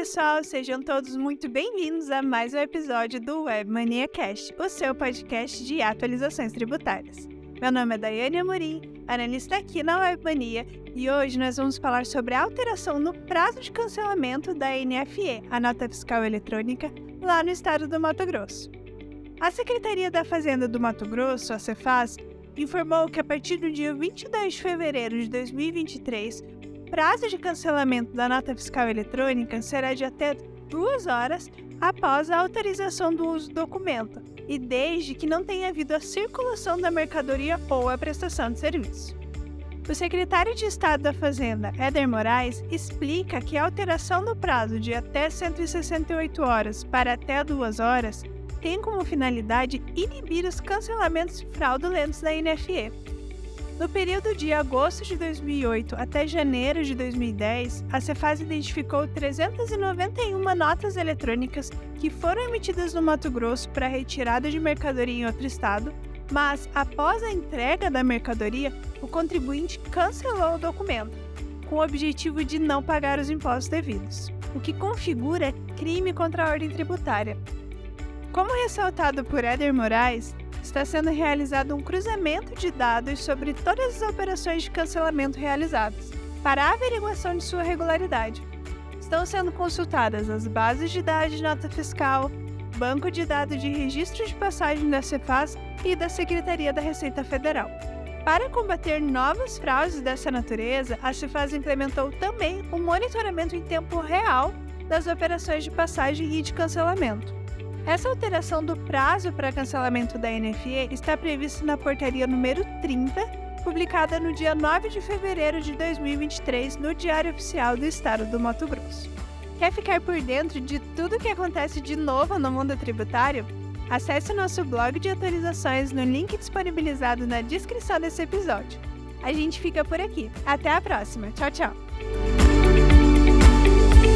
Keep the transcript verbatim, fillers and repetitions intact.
pessoal, sejam todos muito bem-vindos a mais um episódio do Webmania Cast, o seu podcast de atualizações tributárias. Meu nome é Daiane Amorim, analista aqui na Webmania, e hoje nós vamos falar sobre a alteração no prazo de cancelamento da N F E, a Nota Fiscal Eletrônica, lá no estado do Mato Grosso. A Secretaria da Fazenda do Mato Grosso, a Cefaz, informou que a partir do dia vinte e dois de fevereiro de dois mil e vinte e três, o prazo de cancelamento da nota fiscal eletrônica será de até duas horas após a autorização do uso do documento e desde que não tenha havido a circulação da mercadoria ou a prestação de serviço. O secretário de Estado da Fazenda, Éder Moraes, explica que a alteração do prazo de até cento e sessenta e oito horas para até duas horas tem como finalidade inibir os cancelamentos fraudulentos da N F E. No período de agosto de dois mil e oito até janeiro de dois mil e dez, a Cefaz identificou trezentas e noventa e uma notas eletrônicas que foram emitidas no Mato Grosso para retirada de mercadoria em outro estado, mas, após a entrega da mercadoria, o contribuinte cancelou o documento, com o objetivo de não pagar os impostos devidos, o que configura crime contra a ordem tributária. Como ressaltado por Éder Moraes, está sendo realizado um cruzamento de dados sobre todas as operações de cancelamento realizadas, para a averiguação de sua regularidade. Estão sendo consultadas as bases de dados de nota fiscal, banco de dados de registro de passagem da Cefaz e da Secretaria da Receita Federal. Para combater novas fraudes dessa natureza, a Cefaz implementou também um monitoramento em tempo real das operações de passagem e de cancelamento. Essa alteração do prazo para cancelamento da N F E está prevista na portaria número trinta, publicada no dia nove de fevereiro de dois mil e vinte e três no Diário Oficial do Estado do Mato Grosso. Quer ficar por dentro de tudo o que acontece de novo no mundo tributário? Acesse o nosso blog de atualizações no link disponibilizado na descrição desse episódio. A gente fica por aqui. Até a próxima. Tchau, tchau!